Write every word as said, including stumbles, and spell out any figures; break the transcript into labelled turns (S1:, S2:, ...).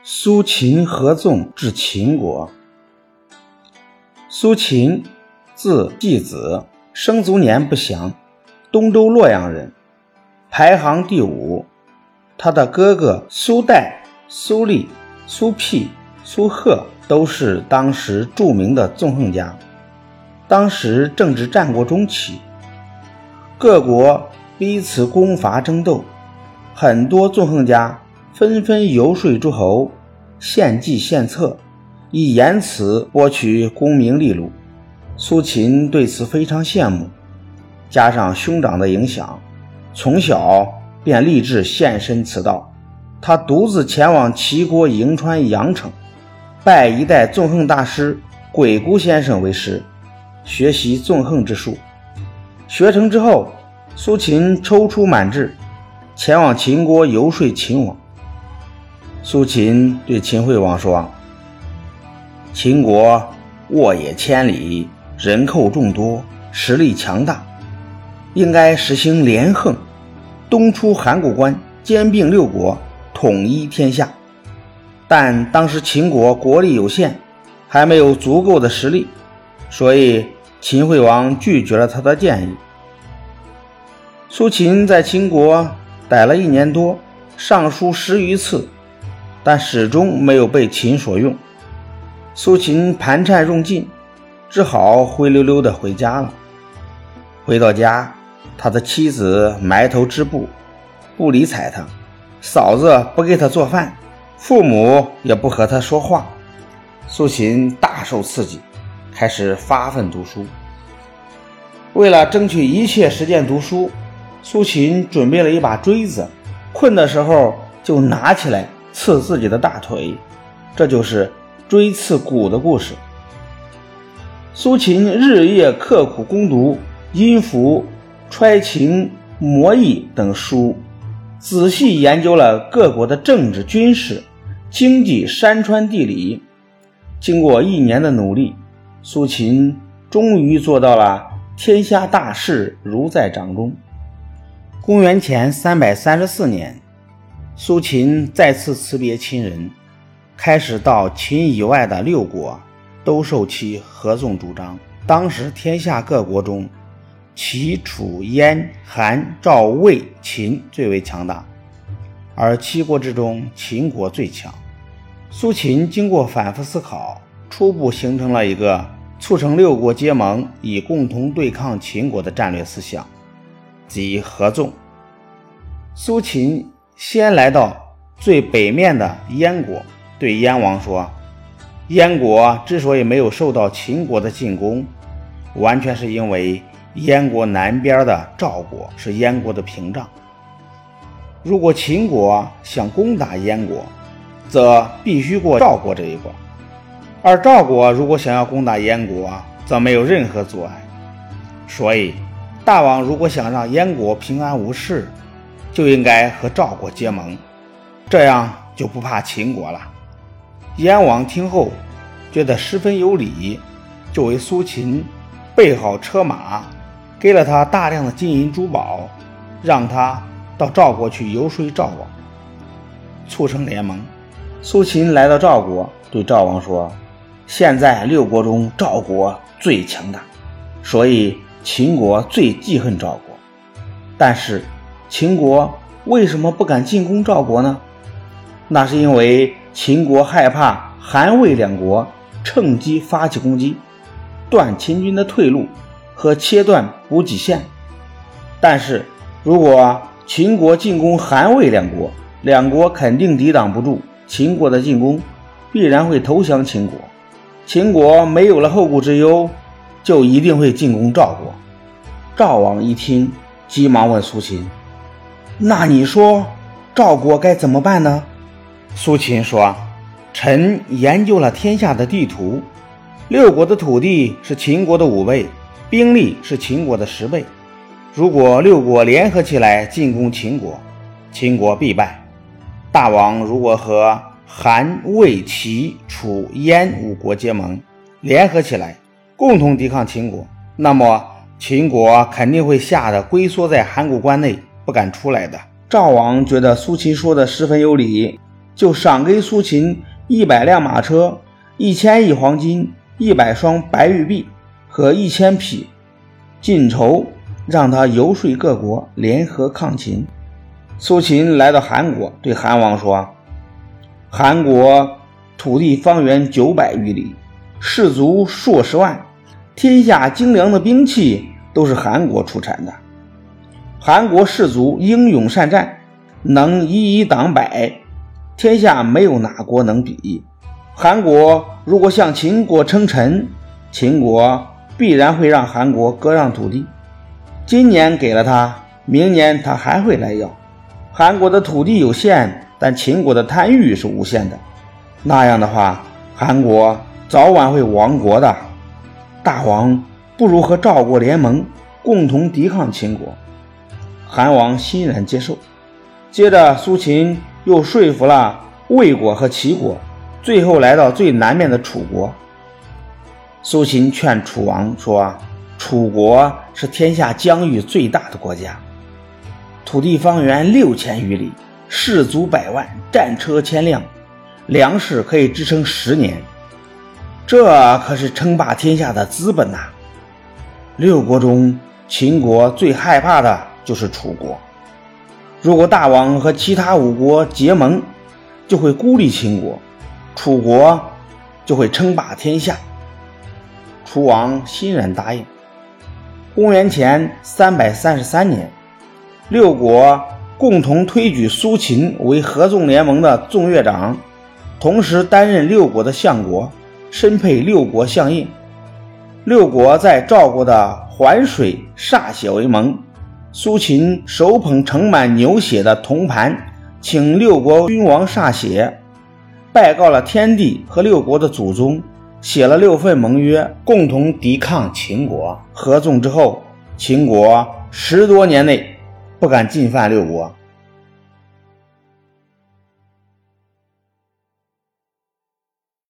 S1: 苏秦合纵至秦国。苏秦字季子，生卒年不详，东周洛阳人，排行第五。他的哥哥苏代、苏厉、苏辟、苏贺都是当时著名的纵横家。当时正值战国中期，各国彼此攻伐争斗，很多纵横家纷纷游说诸侯，献计献策，以言辞博取功名利禄。苏秦对此非常羡慕，加上兄长的影响，从小便立志献身此道。他独自前往齐国颍川阳城，拜一代纵横大师鬼谷先生为师，学习纵横之术。学成之后，苏秦抽出满志，前往秦国游说秦王。苏秦对秦惠王说：秦国沃野千里，人口众多，实力强大，应该实行连横，东出函谷关，兼并六国，统一天下。但当时秦国国力有限，还没有足够的实力，所以秦惠王拒绝了他的建议。苏秦在秦国待了一年多，上书十余次，但始终没有被秦所用。苏秦盘缠用尽，只好灰溜溜地回家了。回到家，他的妻子埋头织布，不理睬他，嫂子不给他做饭，父母也不和他说话。苏秦大受刺激，开始发奋读书。为了争取一切时间读书，苏秦准备了一把锥子，困的时候就拿起来刺自己的大腿，这就是锥刺股的故事。苏秦日夜刻苦攻读阴符、揣情、魔义等书，仔细研究了各国的政治、军事、经济、山川地理。经过一年的努力，苏秦终于做到了天下大事如在掌中。公元前三百三十四年，苏秦再次辞别秦人，开始到秦以外的六国都受其合纵主张。当时天下各国中，齐、楚、燕、韩、赵、魏、秦最为强大，而七国之中秦国最强。苏秦经过反复思考，初步形成了一个促成六国结盟以共同对抗秦国的战略思想，即合纵。苏秦先来到最北面的燕国，对燕王说，燕国之所以没有受到秦国的进攻，完全是因为燕国南边的赵国是燕国的屏障。如果秦国想攻打燕国，则必须过赵国这一关，而赵国如果想要攻打燕国，则没有任何阻碍。所以大王如果想让燕国平安无事，就应该和赵国结盟，这样就不怕秦国了。燕王听后觉得十分有理，就为苏秦备好车马，给了他大量的金银珠宝，让他到赵国去游说赵王，促成联盟。苏秦来到赵国，对赵王说，现在六国中赵国最强大，所以秦国最记恨赵国。但是秦国为什么不敢进攻赵国呢？那是因为秦国害怕韩魏两国趁机发起攻击，断秦军的退路和切断补给线。但是如果秦国进攻韩魏两国，两国肯定抵挡不住秦国的进攻，必然会投降秦国。秦国没有了后顾之忧，就一定会进攻赵国。赵王一听，急忙问苏秦，那你说赵国该怎么办呢？苏秦说，臣研究了天下的地图，六国的土地是秦国的五倍，兵力是秦国的十倍。如果六国联合起来进攻秦国，秦国必败。大王如果和韩、魏、齐、楚、燕五国结盟，联合起来共同抵抗秦国，那么秦国肯定会吓得龟缩在函谷关内，不敢出来的。赵王觉得苏秦说的十分有理， 就赏给苏秦一百辆马车、一千亿黄金、一百双白玉璧和一千匹，进筹让他游说各国联合抗秦。苏秦来到韩国，对韩王说：韩国土地方圆九百余里，士卒数十万，天下精良的兵器都是韩国出产的。韩国士卒英勇善战，能以一挡百，天下没有哪国能比。韩国如果向秦国称臣，秦国必然会让韩国割让土地。今年给了他，明年他还会来要。韩国的土地有限，但秦国的贪欲是无限的，那样的话，韩国早晚会亡国的。大王不如和赵国联盟，共同抵抗秦国。韩王欣然接受。接着苏秦又说服了魏国和齐国，最后来到最南面的楚国。苏秦劝楚王说，楚国是天下疆域最大的国家，土地方圆六千余里，士卒百万，战车千辆，粮食可以支撑十年，这可是称霸天下的资本呐、啊！六国中，秦国最害怕的就是楚国。如果大王和其他五国结盟，就会孤立秦国，楚国就会称霸天下。楚王欣然答应。公元前三百三十三年，六国共同推举苏秦为合纵联盟的纵乐长，同时担任六国的相国，身配六国相印。六国在赵国的环水歃血为盟，苏秦手捧盛满牛血的铜盘，请六国君王歃血，拜告了天地和六国的祖宗，写了六份盟约，共同抵抗秦国。合纵之后，秦国十多年内不敢进犯六国，